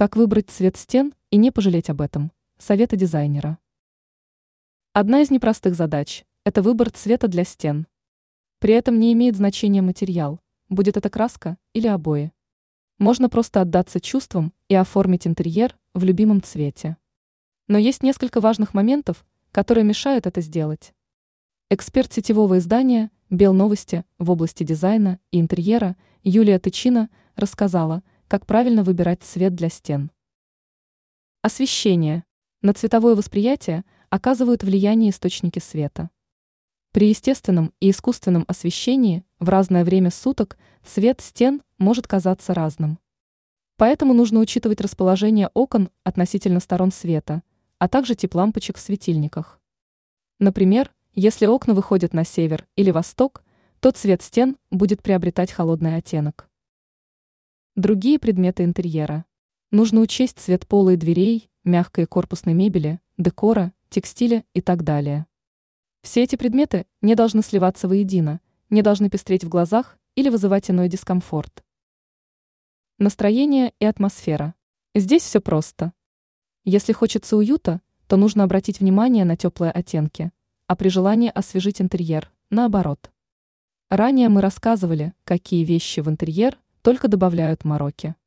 Как выбрать цвет стен и не пожалеть об этом? Советы дизайнера. Одна из непростых задач – это выбор цвета для стен. При этом не имеет значения материал, будет это краска или обои. Можно просто отдаться чувствам и оформить интерьер в любимом цвете. Но есть несколько важных моментов, которые мешают это сделать. Эксперт сетевого издания «Белновости» в области дизайна и интерьера Юлия Тычина рассказала, как правильно выбирать цвет для стен. Освещение. На цветовое восприятие оказывают влияние источники света. При естественном и искусственном освещении в разное время суток цвет стен может казаться разным. Поэтому нужно учитывать расположение окон относительно сторон света, а также тип лампочек в светильниках. Например, если окна выходят на север или восток, то цвет стен будет приобретать холодный оттенок. Другие предметы интерьера. Нужно учесть цвет пола и дверей, мягкой и корпусной мебели, декора, текстиля и так далее. Все эти предметы не должны сливаться воедино, не должны пестреть в глазах или вызывать иной дискомфорт. Настроение и атмосфера. Здесь все просто. Если хочется уюта, то нужно обратить внимание на теплые оттенки, а при желании освежить интерьер, наоборот. Ранее мы рассказывали, какие вещи в интерьер только добавляют мороки.